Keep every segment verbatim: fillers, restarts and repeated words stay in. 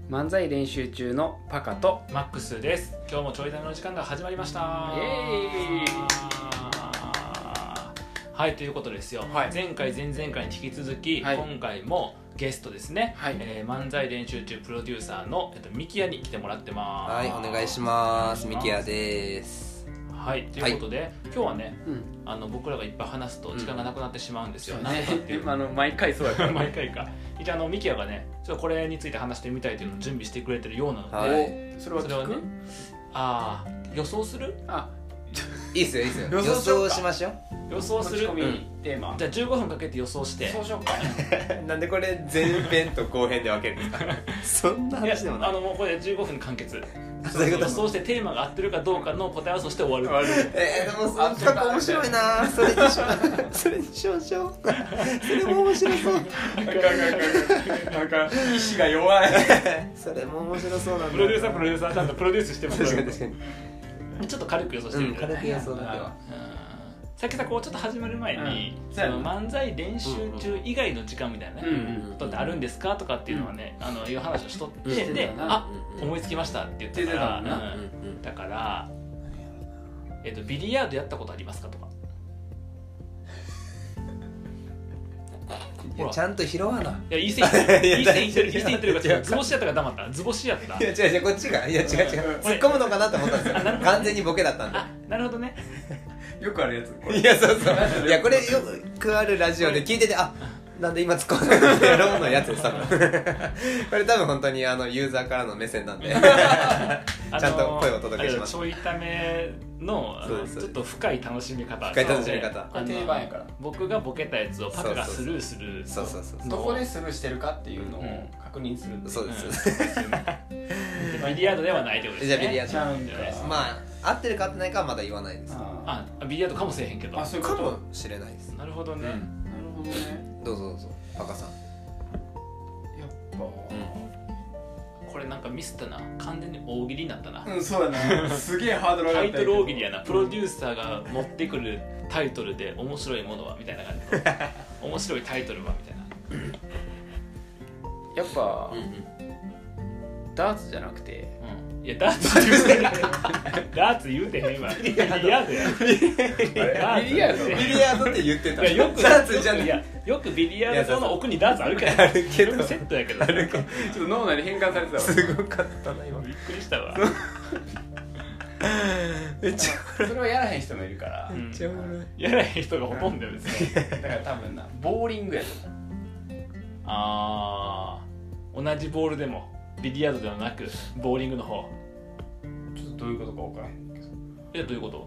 漫才練習中のパカとマックスです。今日もちょいための時間が始まりました。 イエーイ。 はい、ということですよ、はい、前回前々回に引き続き、はい、今回もゲストですね、はいえー、漫才練習中プロデューサーの、えっと、ミキヤに来てもらってます。 はい、お願いします。ミキヤです。 はい、ということで、はい、今日はね、うん、あの僕らがいっぱい話すと時間がなくなってしまうんですよ、うん、なんかっていうあの毎回そうだから毎回か一応あのミキヤがねちょっとこれについて話してみたいというのを準備してくれてるようなので、 はい、それは聞く？それはね、 ああ予想する？あいいっすよいいっすよ予想しましょう。 予想する持ち込みテーマ、 うん、じゃあじゅうごふんかけて予想して。 そうしようかなんでこれ前編と後編で分けるんですかそんな話でもない。 あのもうこれじゅうごふん完結そういうこと。 予想してテーマが合ってるかどうかの答え合わせをして終わる。 えー、でもその企画面白いな。それにしそれにしましょうそれも面白そう。なんかなんか意志が弱いそれも面白そうなんだ。 プロデューサープロデューサーちゃんとプロデュースしてます。 確かに確かにちょっと軽く予想してみる、 うん、軽く予想だけは。 さっきさこうちょっと始まる前に、うん、その漫才練習中以外の時間みたいなね、うんうん、ことってあるんですかとかっていうのはね、うん、あのいう話をしとって、うん、で、あ、うん、思いつきましたって言ってたから、うん、だから、えっと、ビリヤードやったことありますかとか。 いやちゃんと拾わな。 いやいい線いってるいい線いってるいい線いってるから図星やったから黙った。図星やった。 いや違う違うこっちがいや違う違う突っ込むのかなと思ったんですよ。完全にボケだったんで。 あ、なるほどね。 よくあるやつ。 いやそうそういやこれよくあるラジオで聞いてて、あなんで今突っ込んだんやろうのやつです多分これ多分本当にあのユーザーからの目線なんでちゃんと声をお届けします。 ちょいためのちょっと深い楽しみ方。 深い楽しみ方。 これ定番やから。 僕がボケたやつをパカがスルーする。 そうそうそうどこでスルーしてるかっていうのを確認する。 そうですビリヤードではないってことですね。 じゃあビリヤードちゃうんじゃないですか。 まあ合ってるか合ってないかはまだ言わないです。 あビリヤードかもしれへんけど。 あそういうことかもしれないです。 なるほどね。 なるほどね。 どうぞどうぞパカさん。 やっぱ、うん、 これなんかミスったな。完全に大喜利になったな。 うんそうだな。すげえハードル上がった。 タイトル大喜利やな。プロデューサーが持ってくるタイトルで面白いものはみたいな感じで面白いタイトルはみたいな。 やっぱ、うんうん、ダーツじゃなくて、 うん、いやダーツ言うてへんダーツ言うてへんわ。ビリヤードや。 ビリヤードビリヤードって言ってた。 いやよくダーツじゃん。 いやよくビリヤードの奥にダーツあるけど。 あるけどセットやけど。 ちょっと脳内に変換されてたわ。 すごかったな今。 びっくりしたわ。 めっちゃそれはやらへん人もいるから。 めっちゃおもろい。 やらへん人がほとんどですね。 だから多分なボーリングやと思う。 あー同じボールでもビリヤードではなくボーリングの方。 ちょっとどういうことか分からへんけど。 いやどういうこと？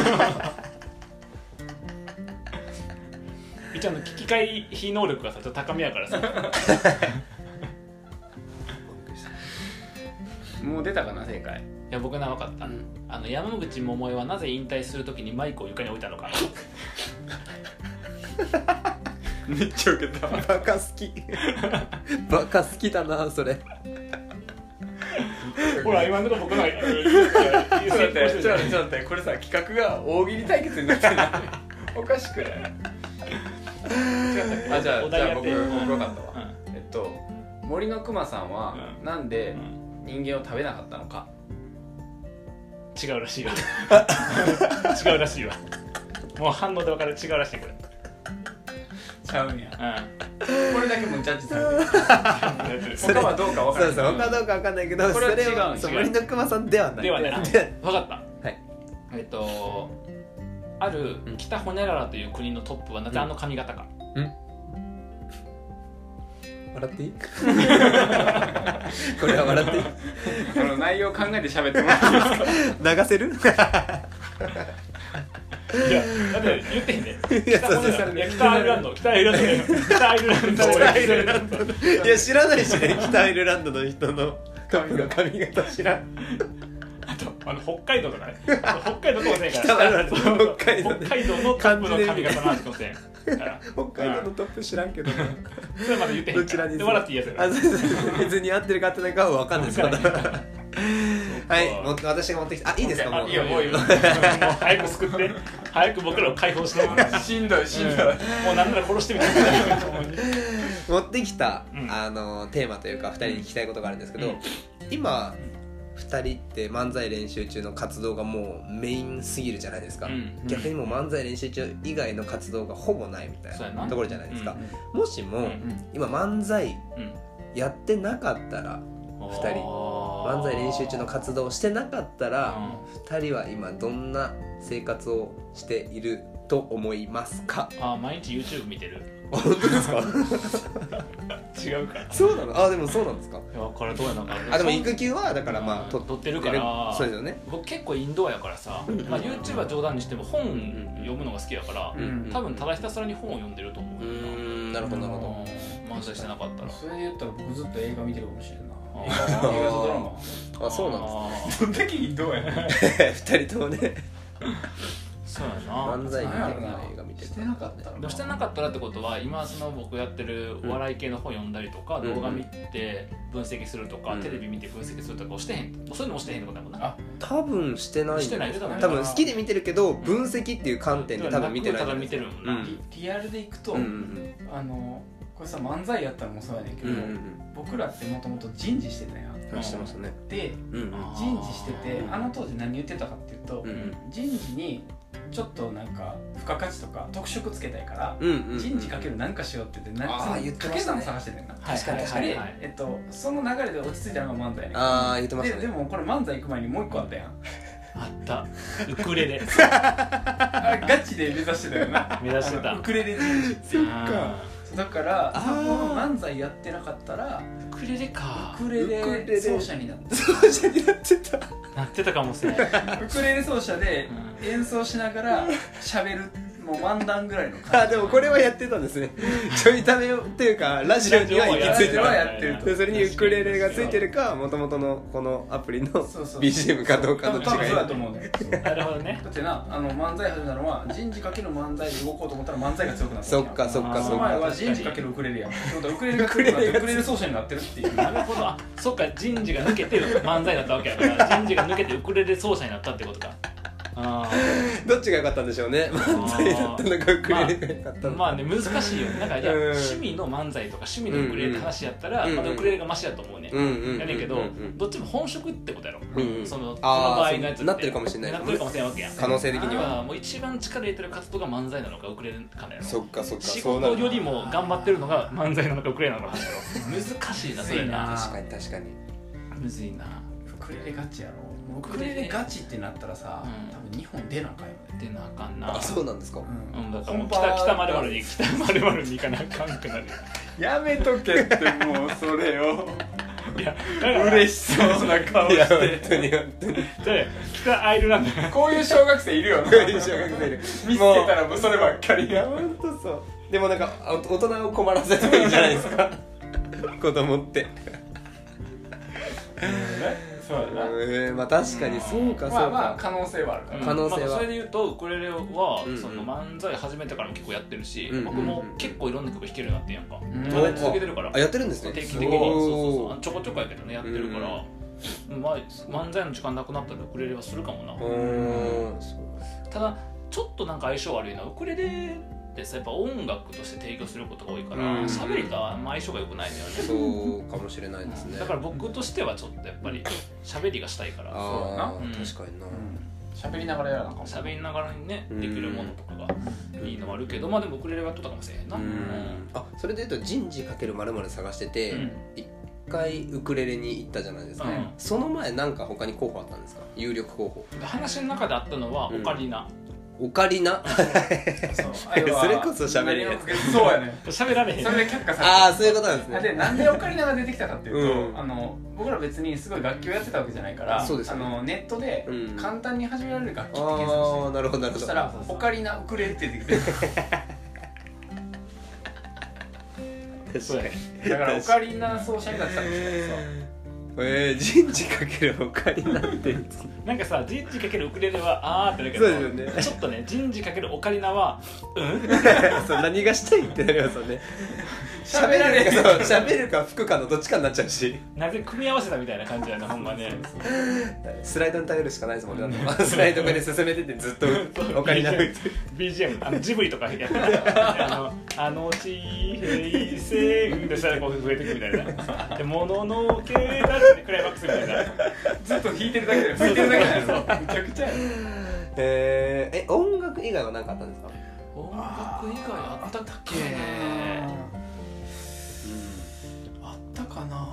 一応の機械非能力がさちょっと高めやからさ。 もう出たかな正解。 いや僕な分かった、うん、あの山口百恵はなぜ引退するときにマイクを床に置いたのか。 めっちゃウケた。 バカ好きバカ好きだなそれ。 ほら今のとこ僕のちょっと待ってちょっと待ってこれさ企画が大喜利対決になってるおかしくない？あじゃあじゃあ僕僕分かったわ、うん、えっと森のくまさんは、うん、なんで人間を食べなかったのか。 違うらしいわ違うらしいわ。もう反応で分かる。違うらしいこれ。 ちゃうんや、 うん、 これだけもジャッジされてる他はどうか分からない。 そうそう他はどうか分かんないけどこれは違うそれは森のくまさんではない。 ではない。分かった、 はい、 えっとある北ホニャララという国のトップはなぜあの髪型か。 うん、うん笑っていいこれは笑っていいこの内容を考えて喋ってもらっていいですか。 流せるいやだって言ってへんね。北アイルランド北アイルランド北アイルランド北アイルランドいや知らないしね。北アイルランドの人の髪の髪型知らん。 あとあの北海道とかね。北海道かもしれんから。 北海道北海道のトップの髪型の話かもしれん。 北海道のトップ知らんけど。 それまだ言ってへんから。 どちらにで笑っていいやつや。 別に合ってるか合ってないかは分かんないですから。 はい、も私が持ってきた。あ、いいですか。もういいよ、もういいよ。もう早く救って早く僕らを解放して。 しんどいしんどい、 もうなんなら殺してみて。 持ってきたあのテーマというかふたりに聞きたいことがあるんですけど、今ふたりって漫才練習中の活動がもうメインすぎるじゃないですか、うん、逆にもう漫才練習中以外の活動がほぼないみたいなところじゃないですか、うん、もしも、うん、今漫才やってなかったらふたり漫才練習中の活動をしてなかったらふたりは今どんな生活をしていると思いますか？ あ、毎日 YouTube 見てる。 本当ですか？ 違うか。 そうなの？あ、でもそうなんですか。 いや、これどうやのか。 あ、でも育休はだからまあと取ってるから。 そうですよね。 僕結構インドアやからさ、まあ YouTube は冗談にしても本読むのが好きやから、多分ただひたすらに本を読んでると思う。 うん、なるほどなるほど。漫才してなかったら。 それで言ったら僕ずっと映画見てるかもしれんな。 映画とドラマ。あ、そうなんです。 どんだけインドアやね。 ふたりともね。 そうやな。 漫才見てる映画見てる。 してなかったら。 でもしてなかったらってことは今その僕やってるお笑い系の本読んだりとか、うん、動画見て分析するとか、うん、テレビ見て分析するとかをしてへん。そういうのもしてへんってことだもんな。あ、 多分してない。 してないで多分。 多分好きで見てるけど分析っていう観点で多分見てない。 ただ見てるもんな。 リアルでいくと、うんうん、あのこれさ漫才やったらもそうやねんけど、うんうん、僕らってもともと人事してたやん。 してますね。 で、うん、人事しててあの当時何言ってたかっていうと、うん、人事にちょっとなんか付加価値とか特色つけたいから、うんうんうん、人事かける何かしようって言って何か言ってかけ算を探してたよな。 確かに確かに。 で、えっと、その流れで落ち着いたのが漫才やねん。 ああ言ってましたね。 で、でもこれ漫才行く前にもう一個あったやん。 あった。ウクレレ。 あれガチで目指してたよな。 目指してた。 ウクレレ人事っていうか。だからこの漫才やってなかったらウクレレかウクレレ奏者になって奏者になってたなってたかもしれない。 ウクレレ奏者で演奏しながら喋るもう漫談ぐらいの感じ。 あ、でもこれはやってたんですね。ちょいためっていうかラジオには行き着いてた。 やってるでそれにウクレレがついてるか元々のこのアプリの ビージーエム かどうかの違い。 多分そうだと思うね。 なるほどね。 だってな、あの漫才始めたのは人事かける漫才で動こうと思ったら漫才が強くなった。 そっかそっかそっか。 その前は人事かけるウクレレやん。ウクレレが強くなってウクレレ奏者になってるっていう。 なるほど。あ、そっか、人事が抜けて漫才だったわけやから人事が抜けてウクレレ奏者になったってことか。あどっちが良かったんでしょうね。漫才だったのかウクレレが良かったのか。 まあね、難しいよ。なんかじゃあ趣味の漫才とか趣味のウクレレって話やったらまだウクレレがマシやと思うね。やねんけどどっちも本職ってことやろ。そのこの場合のやつってなってるかもしれない。 なってるかもしれないわけやん。 可能性的にはもう一番力入れてる活動が漫才なのかウクレレかなやろ。 そっかそっか。 仕事よりも頑張ってるのが漫才なのかウクレレなのかやろ。難しいなそれな。 確かに確かに。 むずいな。 ウクレレガチやろ。ウクレレガチってなったらさ、多分日本出なあかんよね。 出なあかんな。 あ、そうなんですか。 うん、だからもう北北まるまるに北まるまるに行かなあかんくなる。 やめとけってもうそれを。いや、嬉しそうな顔して。 本当に本当に。 で、北アイルランド。 こういう小学生いるよね。 こういう小学生いる。 見つけたらもうそればっかり。 いや本当そう。でもなんか大人を困らせてもいいんじゃないですか。子供って。 そうだな。 えー、まあ確かにそうかそうか。 まあまあ可能性はあるから。 可能性は。 まあそれで言うとウクレレはその漫才始めてからも結構やってるし、僕も結構いろんな曲弾けるようになってんやんか。まだ続けてるから。 あ、やってるんですね。 定期的にそうそうそうちょこちょこやけどねやってるから。まあ漫才の時間なくなったらウクレレはするかもな。ただちょっとなんか相性悪いな。ウクレレってさやっぱ音楽として提供することが多いから喋りとは相性が良くないんだよね。 そうかもしれないですね。 だから僕としてはちょっとやっぱり喋りがしたいから。 そうな。確かにな。 喋りながらやらなかも。 喋りながらにねできるものとかがいいのもあるけど、まあでもウクレレはやっとったかもしれへんな。 あ、それで言うと人事かけるまるまる探してて一回ウクレレに行ったじゃないですか。その前なんか他に候補あったんですか？有力候補。 話の中であったのはオカリナ。 オカリナそれこそ喋れるやつ。 そうやね。 喋られへん。 それで却下されて。 ああ、そういうことなんですね。 で、なんでオカリナが出てきたかっていうと、あの僕ら別にすごい楽器をやってたわけじゃないから、あのネットで簡単に始められる楽器って検索して。ああ、 なるほどなるほど。 そしたらオカリナウクレレって出てきて。 確かに。 だからオカリナ奏者になってたんですよ。 えー、人事かけるオカリナってなんかさ人事かけるウクレレはあーってなるけど、そうですよね、ちょっとね人事かけるオカリナはうんそう何がしたいってなりますよね。喋られるか喋るか吹くかのどっちかになっちゃうし、 なぜ組み合わせたみたいな感じやなほんまね。 スライドに頼るしかないですもんね、うん、スライドで進めててずっとオカリナ吹いてビージーエム あのジブリとかやってあのあの地平線でさこう増えてくみたいなでもののけだってクライマックスみたいなずっと弾いてるだけで吹いてるだけでめちゃくちゃやえー、え音楽以外は何かあったんですか？ 音楽以外あったっけ？あったかな。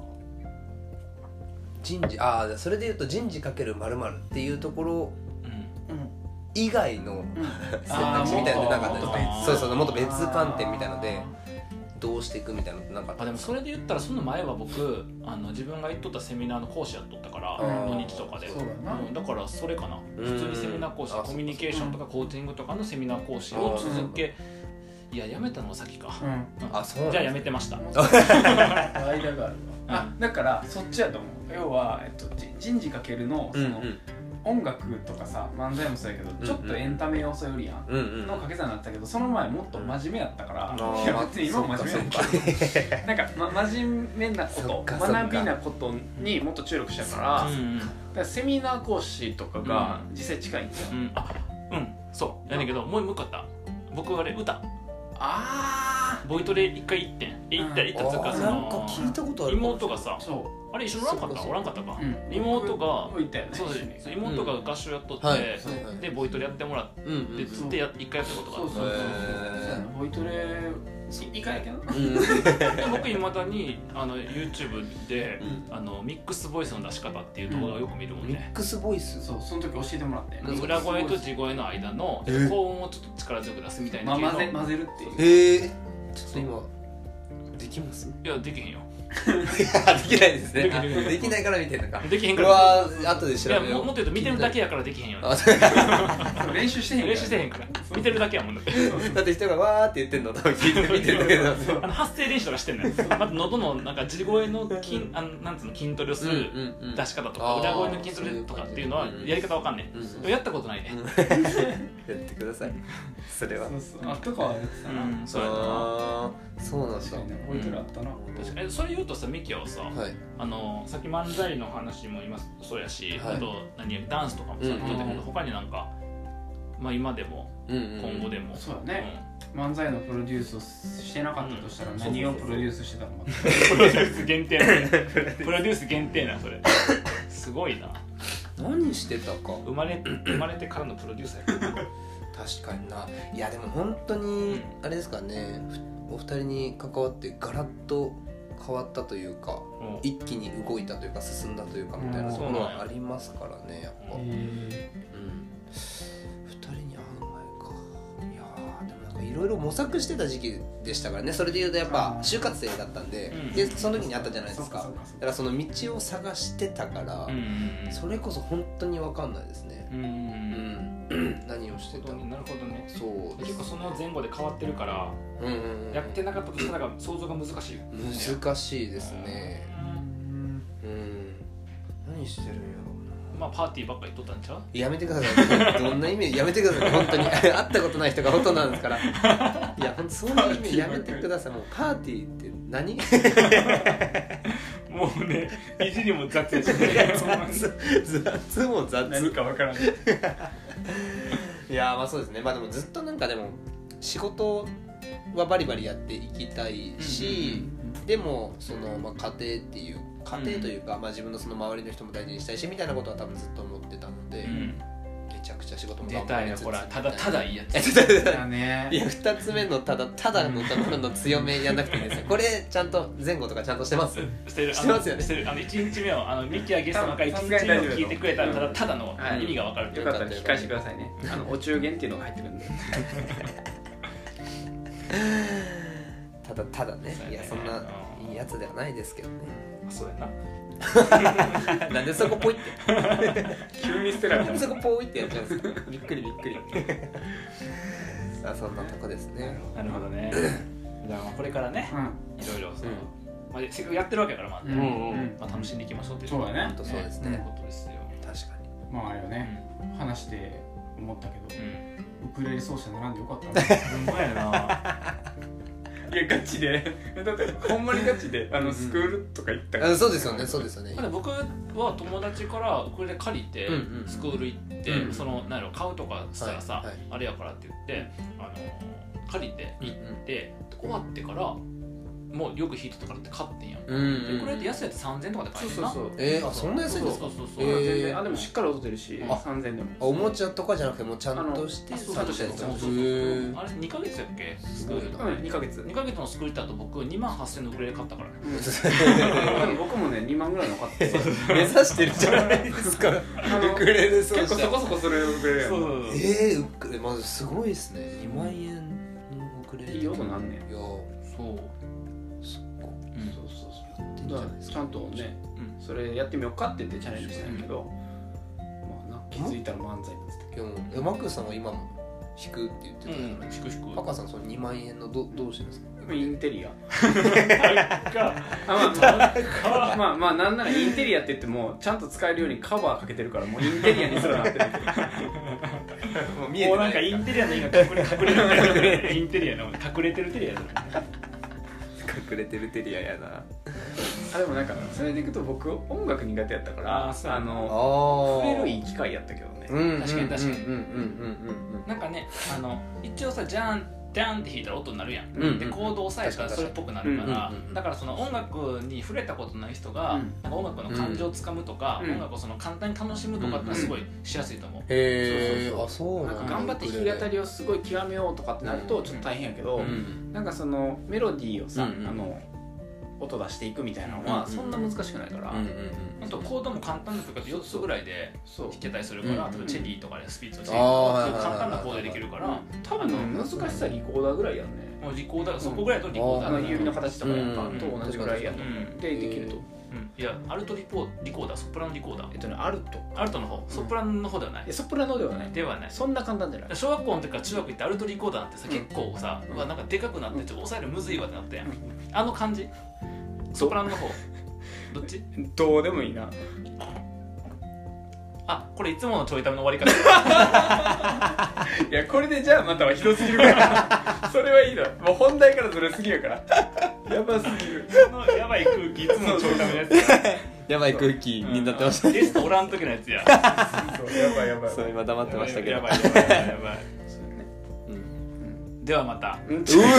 人事、ああそれでいうと人事かける〇〇っていうところ以外の、うん、選択肢みたいなのなかったですね。そうそうもっと別観点みたいなのでどうしていくみたいなのってなかった。 あでもそれで言ったらその前は僕あの自分が行っとったセミナーの講師やっとったから土日とかで、そうだな、うん、だからそれかな。普通にセミナー講師コミュニケーションとかコーチングとかのセミナー講師を続け、いや辞めたのは先か、うんうん、あそうじゃあ辞めてました間があるわあだからそっちやと思う。要は、えっと、人事かけるのその、うんうん音楽とかさ漫才もそうやけど、うんうん、ちょっとエンタメ要素よりやん、うんうん、の掛け算になったけどその前もっと真面目やったから、うん、いや別に今も真面目やったなんか、ま、真面目なこと学びなことにもっと注力したから、うん、だからセミナー講師とかが実際近いんですよ、うん、 あうんそうやねんけどもう向かった僕あれ歌あボイトレ一回行ってん行った行ったつうかそのなんか聞いたことある妹がさそうあれ一緒におらんかったおらんかったか、うん、妹がそうです妹が合唱やっとって、うん、でボイトレやってもらって、うん、つって一回やったことがあった。そうそうそうそうボイトレ一回やけど、うん、 で僕いまだにあの YouTube で、うん、あのミックスボイスの出し方っていう動画をよく見るもんね、うん、 ミックスボイスそうその時教えてもらって裏声と地声の間の高音をちょっと力強く出すみたいな、 まあ、混ぜ混ぜるっていうへえちょっと今できますいやできへんよいやできないですね。できないから見てるのか。 できへんから。 うわ後で調べよう。 いやもっと言うと見てるだけやからできへんよ、ね。 練習してへんから。 練習してへんから。見てるだけやもんだって。 だって人がわーって言ってんの多分聞いて見てるだけだ。 あの発声練習とかしてんのよ。また喉のなんか地声の筋あのなんつうの筋トレをする出し方とか裏声の筋トレとかっていうのはやり方わかんねえ。やったことないね。 やってください。それは。 そうそうあとかはやってたな。 そうやな。 そうなんだ。 覚えてるあったな。 確かにそれ言うとさミキヤはさ、はい、あのさっき漫才の話も今そうやし、はい、あと何ダンスとかもさ、うんうん、他になんか、まあ、今でも、うんうん、今後でもそうだね、うん、漫才のプロデュースをしてなかったとしたら何をプロデュースしてたのかプロデュース限定なプロデュース限定なそれすごいな何してたか生まれ生まれてからのプロデューサーや確かにないやでも本当にあれですかね、うん、お二人に関わってガラッと変わったというか、うん、一気に動いたというか進んだというかみたいなところはありますからねやっぱ、うん、ふたりに会う前かいやでもなんかいろいろ模索してた時期でしたからね。それでいうとやっぱ就活生だったんで、うん、でその時に会ったじゃないですか。だからその道を探してたから、うん、それこそ本当に分かんないですね、うんうん、何をしてたのなるほどね。 そう結構その前後で変わってるから、うんうんうん、やってなかったとしたら想像が難しい難しいですね。うん何してるんやろうな。まあパーティーばっかりとったんちゃう。 やめてくださいどんな意味やめてください本当に会ったことない人がほとんどなんですからいや本当そういう意味やめてください。もうパーティーって何もうねいじりも雑やしね雑雑も雑何か分からないいやまあそうですね。まあでもずっとなんかでも仕事はバリバリやっていきたいし、うんうん、でもその、まあ、家庭っていう家庭というか、うんまあ、自分のその周りの人も大事にしたいしみたいなことは多分ずっと思ってたので、うん、めちゃくちゃ仕事も頑張りつつ出たよほらただただいいやつだね。いやふたつめのただただのところの強めやんなくていいんですよこれちゃんと前後とかちゃんとしてますしてるしてますよね。 してるあのいちにちめをあのミキヤゲストの中いちにちめを聞いてくれたらただただの意味が分かる、うん、 よかったら聞かせてくださいねあのお中元っていうのが入ってくるんでただただねいやそんないいやつではないですけどね。 そうやななんでそこポイって急に捨てられたそこポイってやっちゃうんですかびっくりびっくりさあそんなとこですね。 なるほどねじゃあこれからね、うん、いろいろその、 まあ、せっかくやってるわけやから、まあうんうんまあ、楽しんでいきましょうっていうそうだね本当そうですね、 ことですよ。 確かに。 まああれよね、うん、話して思ったけど、うん、ウクレレ奏者並んでよかったねほんまやないやガチでだってほんまにガチであのスクールとか行ったから、 うん、そうですよねそうですよね。 僕は友達からウクレレ借りて、うんうん、スクール行って、うん、その何やろ買うとかしたらさ、はいはい、あれやからって言ってあの借りて行って、うんうん、終わってからもうよく弾いてたからって買ってんやん、うんうん、でこれって安いやつさんぜんえんとかで買えるな。 そうそうそうえー、あそんな安いんですか。 そうそうそう、 えー、全然あでもしっかり音出るし、うん、さんぜんえんでもおもちゃとかじゃなくてもうちゃんとしてちゃんとしてる。そうそうそうあれにかげつやっけスクールとか、 うん、にかげつにかげつのスクールだと僕にまんはっせんえんのウクレレ買ったからね、 うん、僕もねにまんぐらいの買って目指してるじゃないですかウクレレ奏者結構そこそこするウクレレやん。そうそうそうえー、ウクレレまずすごいですね。にまんえんのウクレレいい音なんねん。 いやそうちゃんとね、うん、それやってみようかって言ってチャレンジしたんやけど、うん、まあな気づいたら漫才になってたけど、 えマックスさんは今も弾くって言ってたじゃない、うん、 弾く弾く。 パカさんそのにまんえんのどどうしてですか。 インテリアあまあまあなんならインテリアって言ってもちゃんと使えるようにカバーかけてるからもうインテリアにすらなってるもう見えてない。もうなんかインテリアの意味が隠れ隠れてるインテリアの隠れてるテリアだね隠れてるテリアやなあでもなんかそれでいくと僕音楽苦手やったからああの触れるいい機会やったけどね、 うん、確かに確かになんかねあの一応さジャーンジャーンって弾いたら音になるやん、うん、でコードを押さえたらそれっぽくなるから、うん、だからその音楽に触れたことない人が、うん、なんか音楽の感情をつかむとか、うん、音楽をその簡単に楽しむとかってのはすごいしやすいと思う、うん、 へえあそうなんか頑張って弾き語りをすごい極めようとかってなるとちょっと大変やけど、うん、なんかそのメロディーをさ、うん、あの音出していくみたいなのはそんな難しくないから、あとコードも簡単なというかよっつぐらいで弾けたりするから、例えばチェリーとかでスピッツをしていくとか簡単なコードでできるから、 多分難しさリコーダーぐらいやんね。 もうリコーダーそこぐらいとリコーダーの指の形とかやんかと同じぐらいやとでできると。 いやアルトリコリコーダーソプラノリコーダーえっとねアルトアルトの方ソプラノの方ではない。 ソプラノではないではない。 そんな簡単じゃない。 小学校の時から中学行ってアルトリコーダーってさ結構さうわなんかでかくなってちょっと抑えるむずいわってなったやん。あの感じ。ソプラノの方どっち？ どうでもいいな。 あ、これいつものちょいための終わり方いやこれでじゃあまたはひどすぎるからそれはいいの。もう本題からずれすぎるからやばすぎる。 このやばい空気いつものちょいためのやつやばい空気になってました、 うん、ゲストおらん時のやつやそうやばいやばいそう今黙ってましたけどやばいやばいやばいやばいではまた。 うわ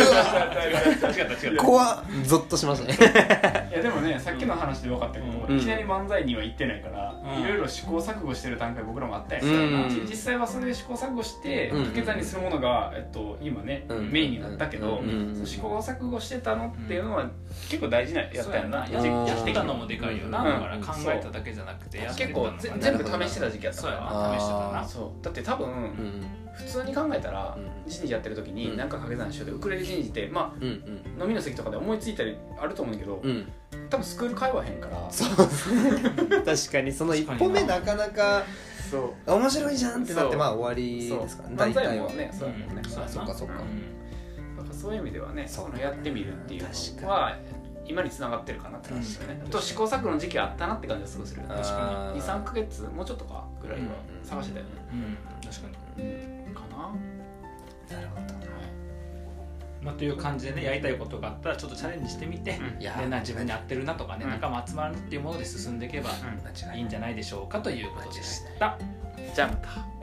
怖っゾッとしましたねいやでもねさっきの話で分かったけど、うん、いきなり漫才には行ってないから、うん、いろいろ試行錯誤してる段階僕らもあったりするから、うん、実際はそれで試行錯誤して掛け算にするものが、えっと、今ね、うん、メインになったけど、うん、試行錯誤してたのっていうのは結構大事なやったよな。 やってたのもでかいよな、うん、だから考えただけじゃなくてやってたのが結構全部試してた時期やったからな。試してたな。 そうだって多分、うん普通に考えたら、うん、人事やってる時に何か掛け算しようでウクレレ人事ってまあ、うんうん、飲みの席とかで思いついたりあると思うんだけど、うん、多分スクール通わへんからそう確かにその一歩目なかなかそう面白いじゃんってなってまあ終わりですからね大体はねそうだもんね、 うん、そうそっかそっか、 うん、だからそういう意味ではねそのやってみるっていうのは今に繋がってるかなって感じですよね、うん、と試行錯誤の時期あったなって感じがすごいする。確かに にさんかげつもうちょっとかぐらいは探してたよね、 うんうん、確かに、 うんかな。 なるほど、はいまあ、という感じでねやりたいことがあったらちょっとチャレンジしてみて、うん、でな自分に合ってるなとかね、うん、仲間集まるっていうもので進んでいけばいいんじゃないでしょうかということでした。 じゃあまた。